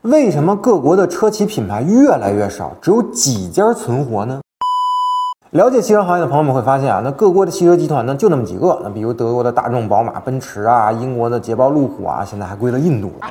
为什么各国的车企品牌越来越少，只有几家存活呢？了解汽车行业的朋友们会发现啊，那各国的汽车集团呢就那么几个，那比如德国的大众、宝马、奔驰啊，英国的捷豹、路虎啊，现在还归了印度了。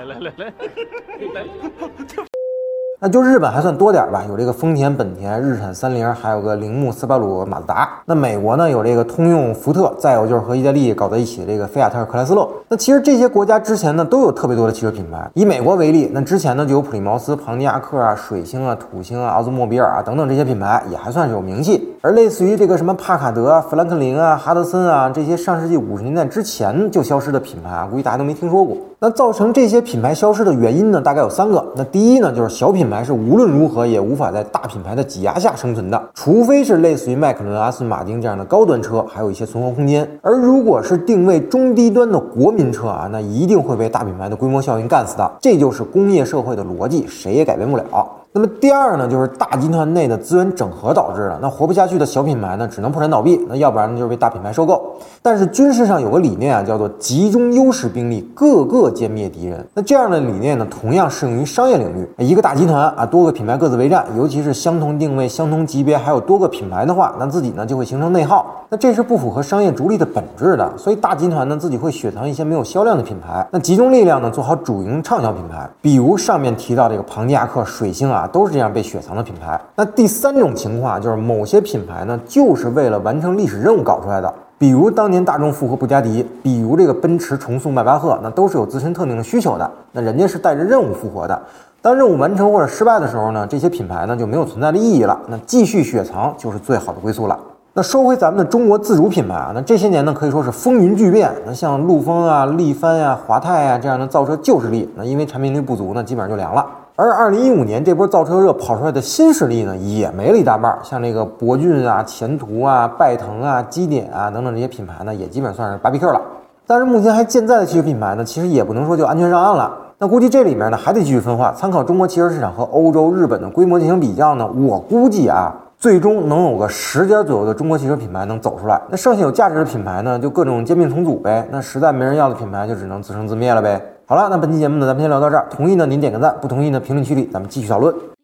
那就日本还算多点吧，有这个丰田、本田、日产、三菱，还有个铃木、斯巴鲁、马自达。那美国呢有这个通用、福特，再有就是和意大利搞在一起的这个菲亚特、克莱斯勒。那其实这些国家之前呢都有特别多的汽车品牌。以美国为例，那之前呢就有普利茅斯、庞蒂亚克啊、水星啊、土星啊、奥兹莫比尔啊等等这些品牌，也还算是有名气。而类似于这个什么帕卡德啊、富兰克林啊、哈德森啊这些上世纪50年代之前就消失的品牌啊，估计大家都没听说过。那造成这些品牌消失的原因呢，大概有3个。那第一呢，就是小品牌是无论如何也无法在大品牌的挤压下生存的，除非是类似于迈凯伦、阿斯顿马丁这样的高端车，还有一些存活空间。而如果是定位中低端的国民车啊，那一定会被大品牌的规模效应干死的。这就是工业社会的逻辑，谁也改变不了。那么第二呢，就是大集团内的资源整合导致的。那活不下去的小品牌呢，只能破产倒闭，那要不然呢就是被大品牌收购。但是军事上有个理念啊，叫做集中优势兵力，各个歼灭敌人。那这样的理念呢，同样适用于商业领域。一个大集团啊，多个品牌各自为战，尤其是相同定位、相同级别，还有多个品牌的话，那自己呢就会形成内耗。那这是不符合商业逐利的本质的。所以大集团呢自己会雪藏一些没有销量的品牌，那集中力量呢做好主营畅销品牌。比如上面提到这个庞蒂亚克、水星啊，都是这样被雪藏的品牌。那第3种情况就是某些品牌呢就是为了完成历史任务搞出来的。比如当年大众复合布加迪，比如这个奔驰重塑迈巴赫，那都是有自身特定的需求的，那人家是带着任务复活的。当任务完成或者失败的时候呢，这些品牌呢就没有存在的意义了，那继续雪藏就是最好的归宿了。那说回咱们的中国自主品牌啊，那这些年呢可以说是风云巨变。那像陆风啊、力帆啊、华泰啊这样的造车旧势力，那因为产品力不足呢，基本上就凉了。而2015年这波造车热跑出来的新势力呢，也没了一大半，像这个博骏啊、前途啊、拜腾啊、基点啊等等这些品牌呢，也基本算是BBQ了。但是目前还健在的汽车品牌呢，其实也不能说就安全上岸了。那估计这里面呢还得继续分化，参考中国汽车市场和欧洲、日本的规模进行比较呢，我估计啊，最终能有个10家左右的中国汽车品牌能走出来。那剩下有价值的品牌呢，就各种兼并重组呗。那实在没人要的品牌就只能自生自灭了呗。好了，那本期节目呢，咱们先聊到这儿。同意呢您点个赞，不同意呢评论区里咱们继续讨论。